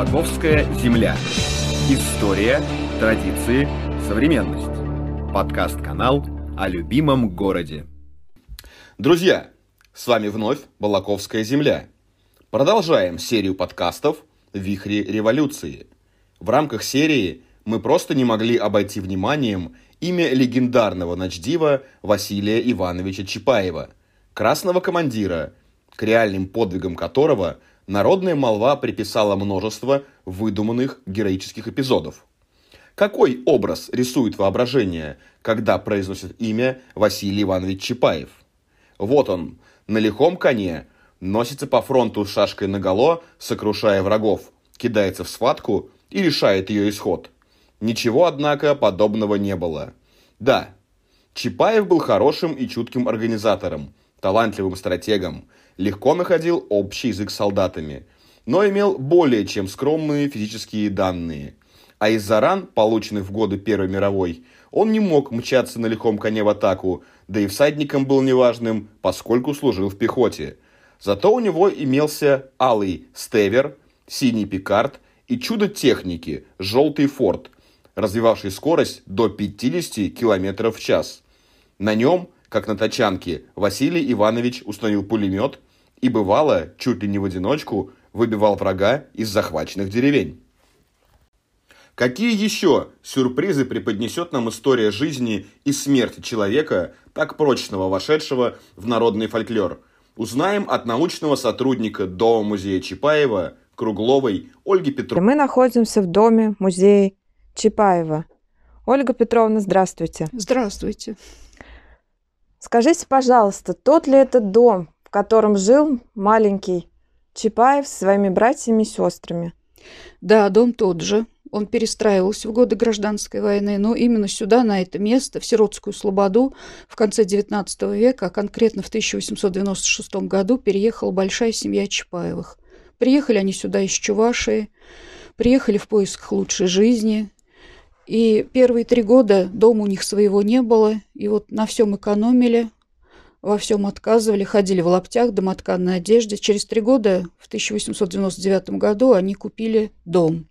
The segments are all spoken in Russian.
Балаковская земля. История, традиции, современность. Подкаст-канал о любимом городе. Друзья, с вами вновь Балаковская земля. Продолжаем серию подкастов «Вихри революции». В рамках серии мы просто не могли обойти вниманием имя легендарного начдива Василия Ивановича Чапаева, красного командира, к реальным подвигам которого народная молва приписала множество выдуманных героических эпизодов. Какой образ рисует воображение, когда произносит имя Василий Иванович Чапаев? Вот он, на лихом коне, носится по фронту с шашкой наголо, сокрушая врагов, кидается в схватку и решает ее исход. Ничего, однако, подобного не было. Да, Чапаев был хорошим и чутким организатором, талантливым стратегом, легко находил общий язык с солдатами, но имел более чем скромные физические данные. А из-за ран, полученных в годы Первой мировой, он не мог мчаться на лихом коне в атаку, да и всадником был неважным, поскольку служил в пехоте. Зато у него имелся алый стевер, синий пикард и чудо техники, желтый форд, развивавший скорость до 50 км в час. На нем, как на тачанке, Василий Иванович установил пулемет и, бывало, чуть ли не в одиночку, выбивал врага из захваченных деревень. Какие еще сюрпризы преподнесет нам история жизни и смерти человека, так прочного вошедшего в народный фольклор? Узнаем от научного сотрудника Дома-музея Чапаева Кругловой Ольги Петровны. Мы находимся в Доме-музее Чапаева. Ольга Петровна, здравствуйте. Здравствуйте. Скажите, пожалуйста, тот ли это дом, в котором жил маленький Чапаев со своими братьями и сестрами? Да, дом тот же. Он перестраивался в годы Гражданской войны, но именно сюда, на это место, в Сиротскую Слободу, в конце XIX века, а конкретно в 1896 году, переехала большая семья Чапаевых. Приехали они сюда из Чувашии, приехали в поисках лучшей жизни. И первые 3 года дома у них своего не было, и вот на всем экономили, во всем отказывали, ходили в лаптях, домотканной одежде. Через 3 года, в 1899 году, они купили дом.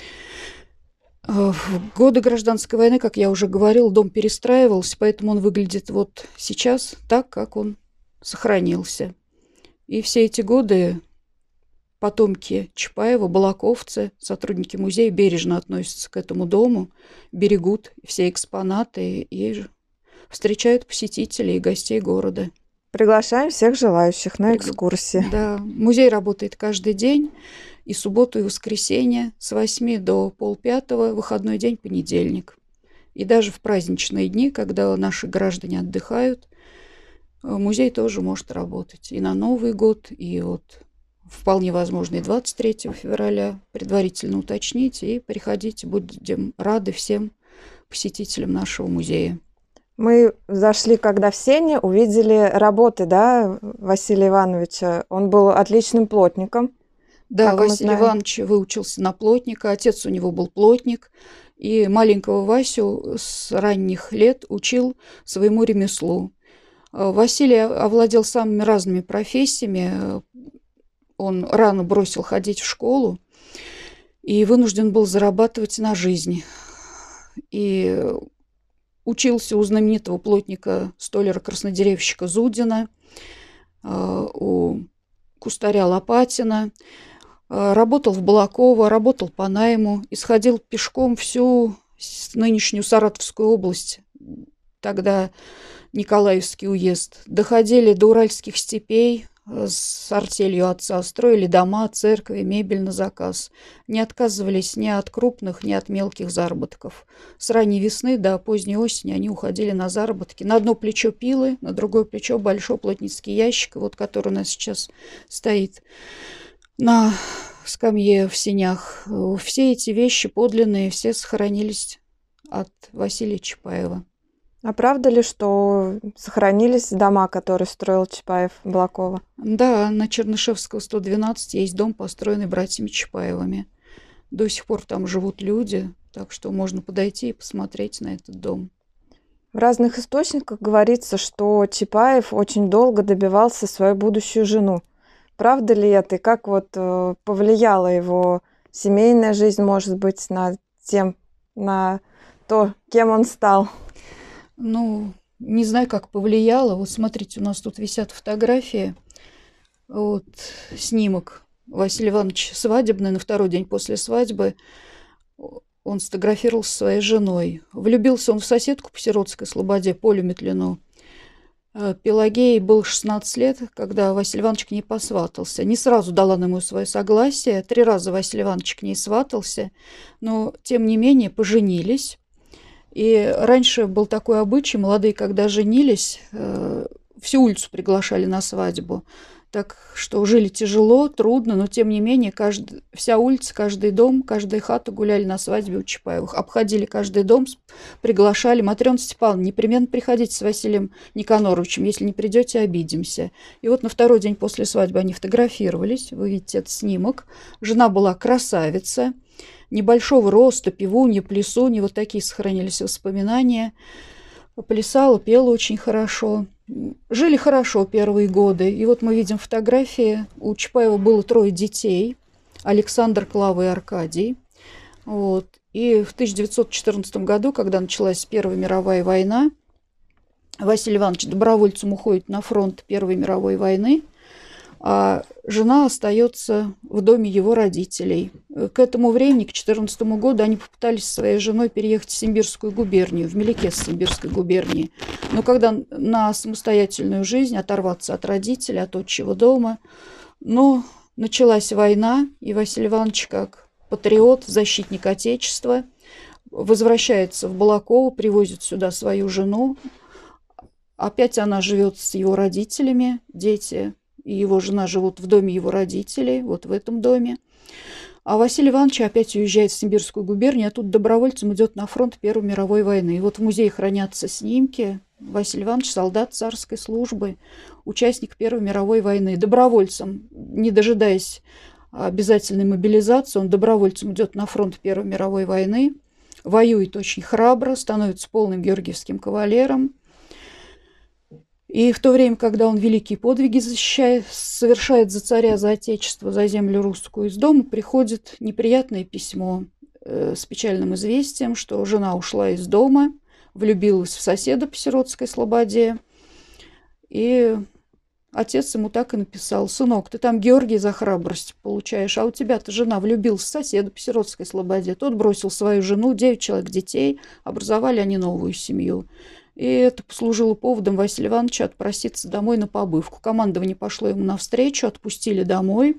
В годы Гражданской войны, как я уже говорил, дом перестраивался, поэтому он выглядит вот сейчас так, как он сохранился. И все эти годы потомки Чапаева, балаковцы, сотрудники музея бережно относятся к этому дому, берегут все экспонаты и встречают посетителей и гостей города. Приглашаем всех желающих на экскурсии. Да, музей работает каждый день, и субботу, и воскресенье, с 8 до 4:30, выходной день, понедельник. И даже в праздничные дни, когда наши граждане отдыхают, музей тоже может работать. И на Новый год, и вот вполне возможно и 23 февраля. Предварительно уточнить и приходите, будем рады всем посетителям нашего музея. Мы зашли, когда в сене, увидели работы, да, Василия Ивановича. Он был отличным плотником. Да, Василий Иванович выучился на плотника, отец у него был плотник, и маленького Васю с ранних лет учил своему ремеслу. Василий овладел самыми разными профессиями. Он рано бросил ходить в школу и вынужден был зарабатывать на жизнь. И учился у знаменитого плотника-столяра-краснодеревщика Зудина, у кустаря Лопатина, работал в Балаково, работал по найму, исходил пешком всю нынешнюю Саратовскую область, тогда Николаевский уезд, доходили до Уральских степей с артелью отца, строили дома, церкви, мебель на заказ. Не отказывались ни от крупных, ни от мелких заработков. С ранней весны до поздней осени они уходили на заработки. На одно плечо пилы, на другое плечо большой плотницкий ящик, вот который у нас сейчас стоит на скамье в сенях. Все эти вещи подлинные, все сохранились от Василия Чапаева. А правда ли, что сохранились дома, которые строил Чапаев в Балаково? Да, на Чернышевского, 112 есть дом, построенный братьями Чапаевыми. До сих пор там живут люди, так что можно подойти и посмотреть на этот дом. В разных источниках говорится, что Чапаев очень долго добивался свою будущую жену. Правда ли это? И как вот повлияла его семейная жизнь, может быть, на то, кем он стал? Ну, не знаю, как повлияло. Вот смотрите, у нас тут висят фотографии. Вот снимок Василия Ивановича свадебный, на второй день после свадьбы. Он сфотографировался со своей женой. Влюбился он в соседку по Сиротской слободе, Полю Метлину. Пелагее было 16 лет, когда Василий Иванович к ней посватался. Не сразу дала она ему свое согласие. 3 раза Василий Иванович к ней сватался, но, тем не менее, поженились. И раньше был такой обычай, молодые, когда женились, всю улицу приглашали на свадьбу. Так что жили тяжело, трудно, но тем не менее вся улица, каждый дом, каждая хата гуляли на свадьбе у Чапаевых. Обходили каждый дом, приглашали. Матрёна Степановна, непременно приходите с Василием Никаноровичем, если не придете, обидимся. И вот на второй день после свадьбы они фотографировались. Вы видите этот снимок. Жена была красавица, небольшого роста, певунья, плясунья. Вот такие сохранились воспоминания. Плясала, пела очень хорошо. Жили хорошо первые годы. И вот мы видим фотографии. У Чапаева было 3 детей. Александр, Клава и Аркадий. Вот. И в 1914 году, когда началась Первая мировая война, Василий Иванович добровольцем уходит на фронт Первой мировой войны, а жена остается в доме его родителей. К этому времени, к 1914 году, они попытались со своей женой переехать в Симбирскую губернию, в Меликес Симбирской губернии. Но когда на самостоятельную жизнь, оторваться от родителей, от отчего дома, но началась война, и Василий Иванович, как патриот, защитник Отечества, возвращается в Балаково, привозит сюда свою жену. Опять она живет с его родителями, дети и его жена живут в доме его родителей, вот в этом доме. А Василий Иванович опять уезжает в Симбирскую губернию, а тут добровольцем идет на фронт Первой мировой войны. И вот в музее хранятся снимки. Василий Иванович, солдат царской службы, участник Первой мировой войны. Добровольцем, не дожидаясь обязательной мобилизации, он добровольцем идет на фронт Первой мировой войны, воюет очень храбро, становится полным георгиевским кавалером. И в то время, когда он великие подвиги совершает за царя, за отечество, за землю русскую, из дома приходит неприятное письмо с печальным известием, что жена ушла из дома, влюбилась в соседа по Сиротской слободе. И отец ему так и написал: «Сынок, ты там Георгий за храбрость получаешь, а у тебя-то жена влюбилась в соседа по Сиротской слободе». Тот бросил свою жену, 9 человек детей, образовали они новую семью. И это послужило поводом Василия Ивановича отпроситься домой на побывку. Командование пошло ему навстречу, отпустили домой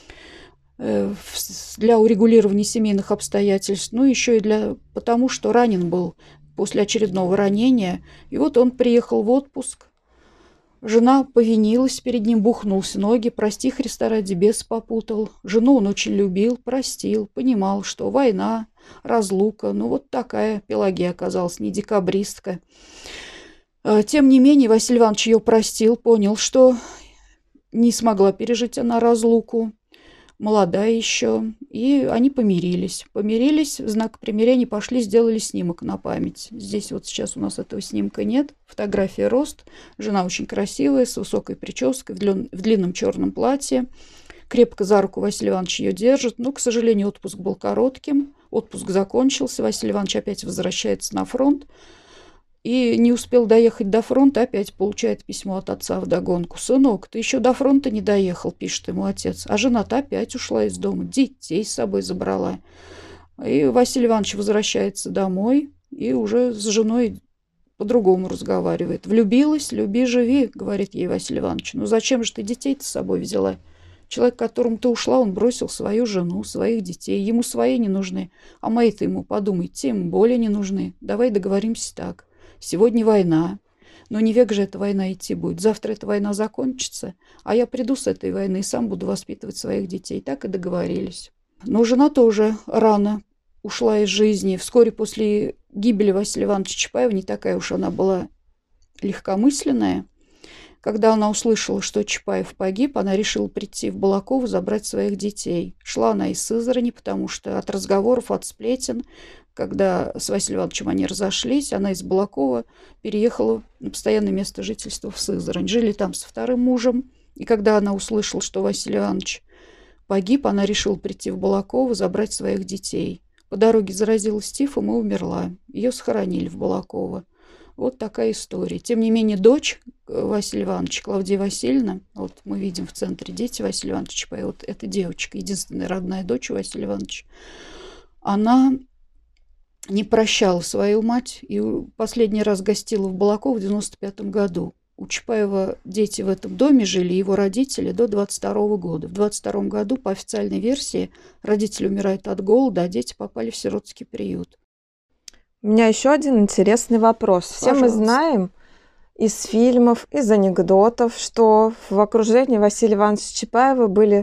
для урегулирования семейных обстоятельств, ну еще и потому, что ранен был после очередного ранения. И вот он приехал в отпуск. Жена повинилась перед ним, бухнулся ноги: «Прости, Христа ради, бес попутал». Жену он очень любил, простил, понимал, что война, разлука, ну вот такая Пелагея оказалась, не декабристка. Тем не менее, Василий Иванович ее простил, понял, что не смогла пережить она разлуку, молодая еще, и они помирились. Помирились, в знак примирения пошли, сделали снимок на память. Здесь вот сейчас у нас этого снимка нет. Фотография рост. Жена очень красивая, с высокой прической, в длинном черном платье. Крепко за руку Василий Иванович ее держит. Но, к сожалению, отпуск был коротким. Отпуск закончился. Василий Иванович опять возвращается на фронт. И не успел доехать до фронта, опять получает письмо от отца вдогонку: «Сынок, ты еще до фронта не доехал», — пишет ему отец. А жена-то опять ушла из дома, детей с собой забрала. И Василий Иванович возвращается домой и уже с женой по-другому разговаривает. «Влюбилась, люби, живи», — говорит ей Василий Иванович. «Ну зачем же ты детей-то с собой взяла? Человек, к которому ты ушла, он бросил свою жену, своих детей. Ему свои не нужны, а мои-то ему, подумай, тем более не нужны. Давай договоримся так. Сегодня война, но не век же эта война идти будет. Завтра эта война закончится, а я приду с этой войны и сам буду воспитывать своих детей». Так и договорились. Но жена тоже рано ушла из жизни. Вскоре после гибели Василия Ивановича Чапаева, не такая уж она была легкомысленная, когда она услышала, что Чапаев погиб, она решила прийти в Балаково забрать своих детей. Шла она из Сызрани, потому что от разговоров, от сплетен, когда с Василием Ивановичем они разошлись, она из Балакова переехала на постоянное место жительства в Сызрань. Жили там со вторым мужем. И когда она услышала, что Василий Иванович погиб, она решила прийти в Балаково, забрать своих детей. По дороге заразилась тифом и умерла. Ее схоронили в Балаково. Вот такая история. Тем не менее, дочь Василия Ивановича, Клавдия Васильевна, вот мы видим в центре дети Василия Ивановича Чапаева, вот эта девочка, единственная родная дочь Василия Ивановича, она не прощала свою мать и последний раз гостила в Балаково в 1995 году. У Чапаева дети в этом доме жили, его родители, до 22 года. В 22 году, по официальной версии, родители умирают от голода, а дети попали в сиротский приют. У меня еще один интересный вопрос. Все мы знаем из фильмов, из анекдотов, что в окружении Василия Ивановича Чапаева были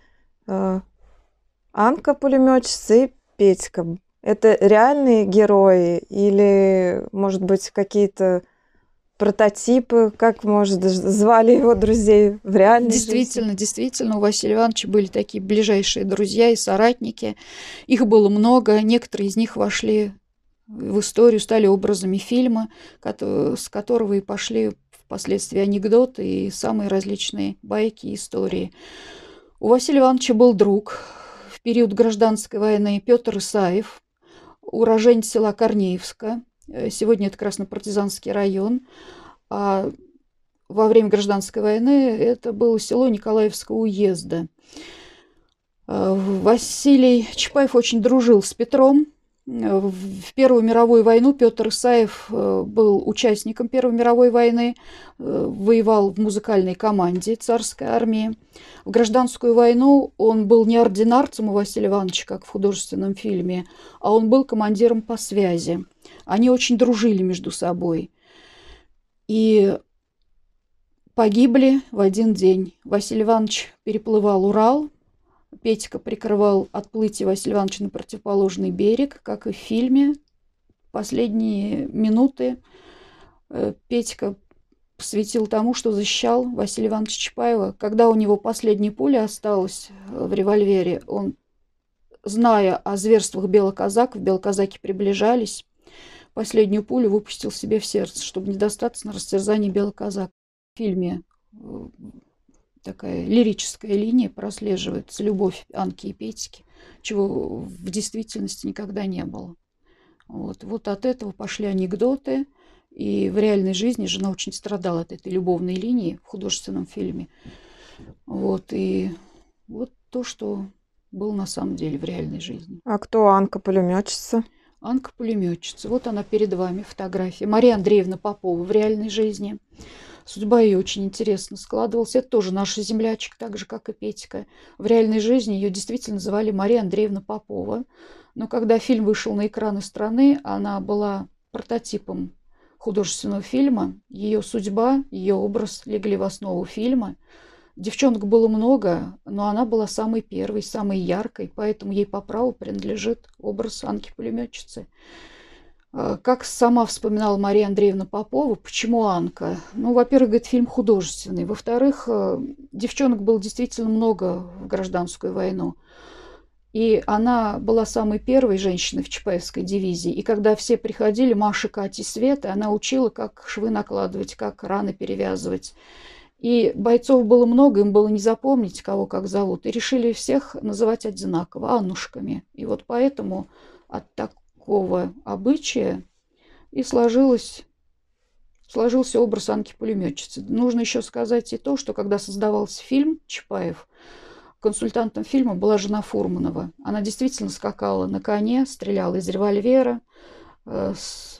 Анка пулеметчица и Петька. Это реальные герои или, может быть, какие-то прототипы, как, может, звали его друзей в реальной жизни? Действительно, у Василия Ивановича были такие ближайшие друзья и соратники. Их было много, некоторые из них вошли в историю, стали образами фильма, с которого и пошли впоследствии анекдоты и самые различные байки и истории. У Василия Ивановича был друг в период гражданской войны Петр Исаев, уроженец села Корнеевска. Сегодня это Краснопартизанский район. А во время гражданской войны это было село Николаевского уезда. Василий Чапаев очень дружил с Петром. В Первую мировую войну Петр Исаев был участником Первой мировой войны, воевал в музыкальной команде царской армии. В гражданскую войну он был не ординарцем у Василия Ивановича, как в художественном фильме, а он был командиром по связи. Они очень дружили между собой. И погибли в один день. Василий Иванович переплывал Урал, Петька прикрывал отплытие Василия Ивановича на противоположный берег, как и в фильме. Последние минуты Петька посвятил тому, что защищал Василия Ивановича Чапаева. Когда у него последняя пуля осталась в револьвере, он, зная о зверствах белоказаков, белоказаки приближались, последнюю пулю выпустил себе в сердце, чтобы не достаться на растерзание белоказак. В фильме такая лирическая линия прослеживается, любовь Анки и Петьки, чего в действительности никогда не было. Вот от этого пошли анекдоты, и в реальной жизни жена очень страдала от этой любовной линии в художественном фильме. И вот то, что было на самом деле в реальной жизни. А кто Анка пулеметчица? Анка пулеметчица. Вот она перед вами, фотография. Мария Андреевна Попова в реальной жизни. Судьба ее очень интересно складывалась. Это тоже наша землячка, так же, как и Петька. В реальной жизни ее действительно звали Мария Андреевна Попова. Но когда фильм вышел на экраны страны, она была прототипом художественного фильма. Ее судьба, ее образ легли в основу фильма. Девчонок было много, но она была самой первой, самой яркой, поэтому ей по праву принадлежит образ Анки-пулеметчицы. Как сама вспоминала Мария Андреевна Попова, почему Анка? Во-первых, говорит, фильм художественный. Во-вторых, девчонок было действительно много в гражданскую войну. И она была самой первой женщиной в Чапаевской дивизии. И когда все приходили, Маша, Катя, Света, она учила, как швы накладывать, как раны перевязывать. И бойцов было много, им было не запомнить, кого как зовут. И решили всех называть одинаково, Аннушками. И вот поэтому от такого обычая и сложился образ Анки-пулеметчицы. Нужно еще сказать и то, что когда создавался фильм «Чапаев», консультантом фильма была жена Фурманова. Она действительно скакала на коне, стреляла из револьвера. С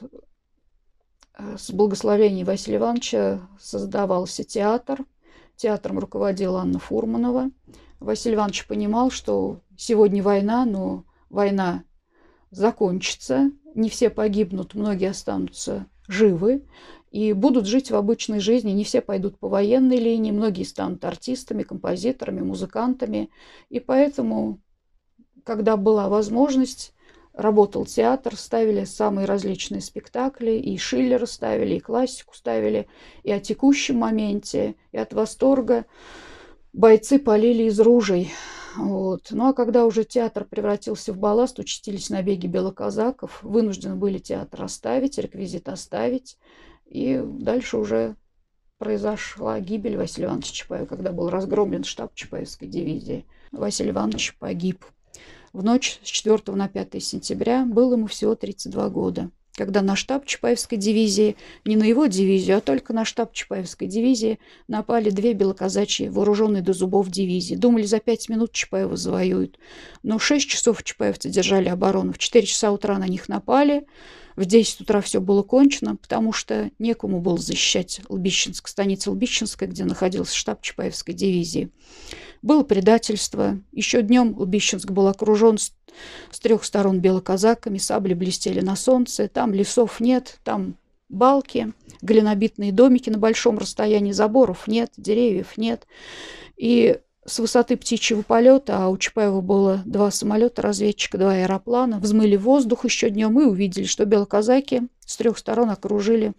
благословения Василия Ивановича создавался театр. Театром руководила Анна Фурманова. Василий Иванович понимал, что сегодня война, но война закончится. Не все погибнут, многие останутся живы и будут жить в обычной жизни. Не все пойдут по военной линии, многие станут артистами, композиторами, музыкантами. И поэтому, когда была возможность, работал театр, ставили самые различные спектакли, и Шиллера ставили, и классику ставили, и о текущем моменте, и от восторга бойцы полили из ружей. А когда уже театр превратился в балласт, участились набеги белоказаков, вынуждены были театр оставить, реквизит оставить, и дальше уже произошла гибель Василия Ивановича Чапаева, когда был разгромлен штаб Чапаевской дивизии. Василий Иванович погиб. В ночь с 4 на 5 сентября было ему всего 32 года, когда на штаб Чапаевской дивизии, не на его дивизию, а только на штаб Чапаевской дивизии напали 2 белоказачьи, вооруженные до зубов дивизии. Думали, за 5 минут Чапаева завоюют. Но 6 часов чапаевцы держали оборону. В 4 часа утра на них напали. В 10 утра все было кончено, потому что некому было защищать Лбищенск, станица Лбищенская, где находился штаб Чапаевской дивизии. Было предательство. Еще днем Лбищенск был окружен с 3 сторон белоказаками, сабли блестели на солнце, там лесов нет, там балки, глинобитные домики на большом расстоянии, заборов нет, деревьев нет. И с высоты птичьего полета, а у Чапаева было 2 самолета разведчика, 2 аэроплана, взмыли в воздух еще днем и увидели, что белоказаки с 3 сторон окружили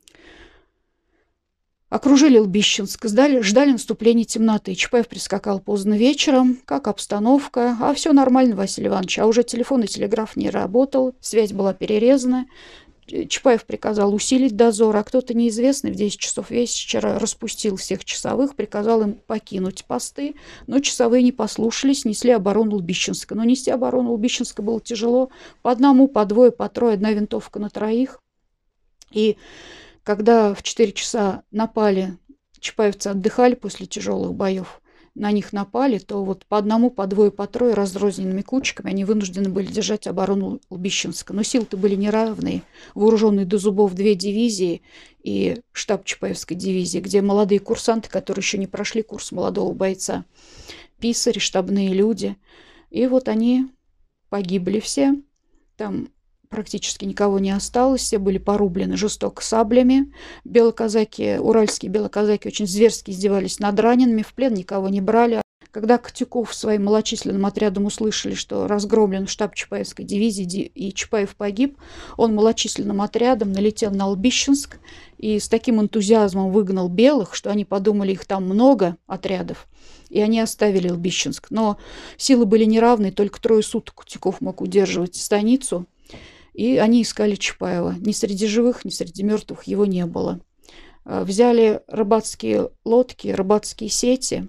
Лбищенск, ждали наступления темноты. Чапаев прискакал поздно вечером, как обстановка, а все нормально, Василий Иванович. А уже телефон и телеграф не работал, связь была перерезана. Чапаев приказал усилить дозор, а кто-то неизвестный в 10 часов вечера распустил всех часовых, приказал им покинуть посты, но часовые не послушались, несли оборону Лбищенска. Но нести оборону Лбищенска было тяжело, по одному, по двое, по трое, 1 винтовка на 3. И когда в 4 часа напали, чапаевцы отдыхали после тяжелых боев, на них напали, то вот по одному, по двое, по трое разрозненными кучками они вынуждены были держать оборону Лбищенска. Но силы-то были неравные. Вооруженные до зубов 2 дивизии и штаб Чапаевской дивизии, где молодые курсанты, которые еще не прошли курс молодого бойца, писари, штабные люди. И вот они погибли все. Там практически никого не осталось, все были порублены жестоко саблями. Белоказаки, уральские белоказаки очень зверски издевались над ранеными, в плен никого не брали. Когда Котюков своим малочисленным отрядом услышали, что разгромлен штаб Чапаевской дивизии и Чапаев погиб, он малочисленным отрядом налетел на Лбищенск и с таким энтузиазмом выгнал белых, что они подумали, их там много отрядов, и они оставили Лбищенск. Но силы были неравны, только 3 суток Котюков мог удерживать станицу. И они искали Чапаева. Ни среди живых, ни среди мертвых его не было. Взяли рыбацкие лодки, рыбацкие сети.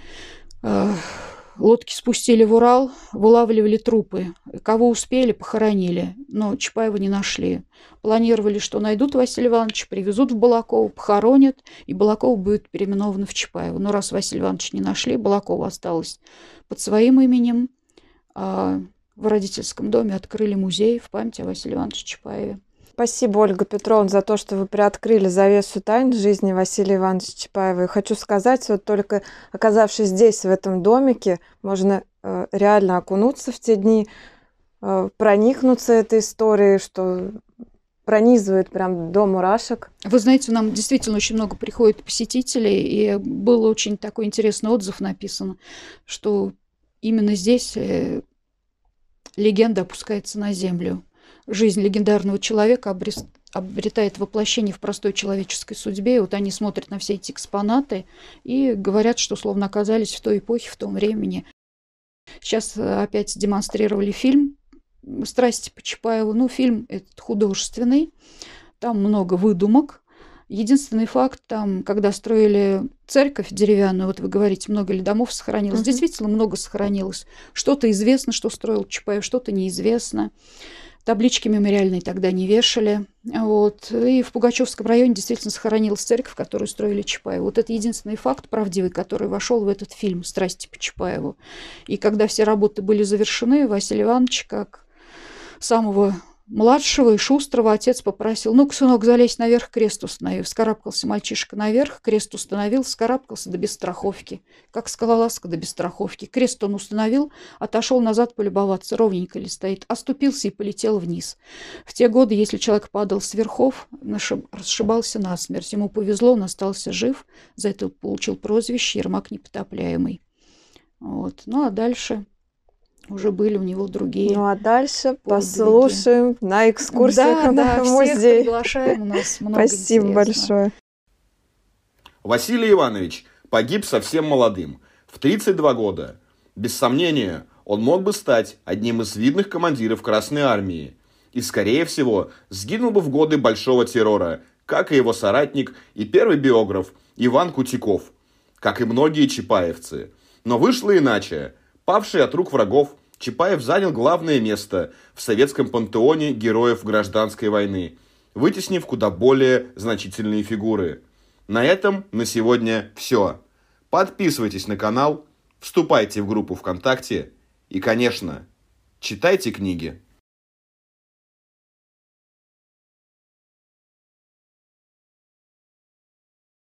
Лодки спустили в Урал, вылавливали трупы. Кого успели, похоронили. Но Чапаева не нашли. Планировали, что найдут Василия Ивановича, привезут в Балаково, похоронят, и Балаково будет переименовано в Чапаева. Но раз Василия Ивановича не нашли, Балаково осталось под своим именем. В родительском доме открыли музей в память о Василии Ивановиче Чапаеве. Спасибо, Ольга Петровна, за то, что вы приоткрыли завесу тайн жизни Василия Ивановича Чапаева. И хочу сказать, вот только оказавшись здесь, в этом домике, можно реально окунуться в те дни, проникнуться этой историей, что пронизывает прям до мурашек. Вы знаете, нам действительно очень много приходит посетителей, и был очень такой интересный отзыв написан, что именно здесь легенда опускается на землю. Жизнь легендарного человека обретает воплощение в простой человеческой судьбе. И вот они смотрят на все эти экспонаты и говорят, что словно оказались в той эпохе, в том времени. Сейчас опять демонстрировали фильм «Страсти по Чапаеву». Ну, фильм этот художественный, там много выдумок. Единственный факт, там, когда строили церковь деревянную, вот вы говорите, много ли домов сохранилось, действительно много сохранилось. Что-то известно, что строил Чапаев, что-то неизвестно. Таблички мемориальные тогда не вешали. Вот. И в Пугачевском районе действительно сохранилась церковь, которую строили Чапаеву. Вот это единственный факт правдивый, который вошел в этот фильм «Страсти по Чапаеву». И когда все работы были завершены, Василий Иванович, как самого младшего и шустрого, отец попросил: ну-ка, сынок, залезь наверх, крест установи. Вскарабкался мальчишка наверх, крест установил, вскарабкался, да без страховки. Как скалолазка, да без страховки. Крест он установил, отошел назад полюбоваться, ровненько ли стоит, оступился и полетел вниз. В те годы, если человек падал с верхов, расшибался насмерть. Ему повезло, он остался жив, за это получил прозвище Ермак Непотопляемый. Вот. Ну, а дальше уже были у него другие. Ну а дальше подвиги. Послушаем на экскурсиях в музей. Всех приглашаем, у нас много Спасибо интересного. большое. Василий Иванович погиб совсем молодым, в 32 года. Без сомнения, он мог бы стать одним из видных командиров Красной Армии и, скорее всего, сгинул бы в годы Большого террора, как и его соратник и первый биограф Иван Кутиков, как и многие чапаевцы. Но вышло иначе. Павший от рук врагов, Чапаев занял главное место в советском пантеоне героев гражданской войны, вытеснив куда более значительные фигуры. На этом на сегодня все. Подписывайтесь на канал, вступайте в группу ВКонтакте и, конечно, читайте книги.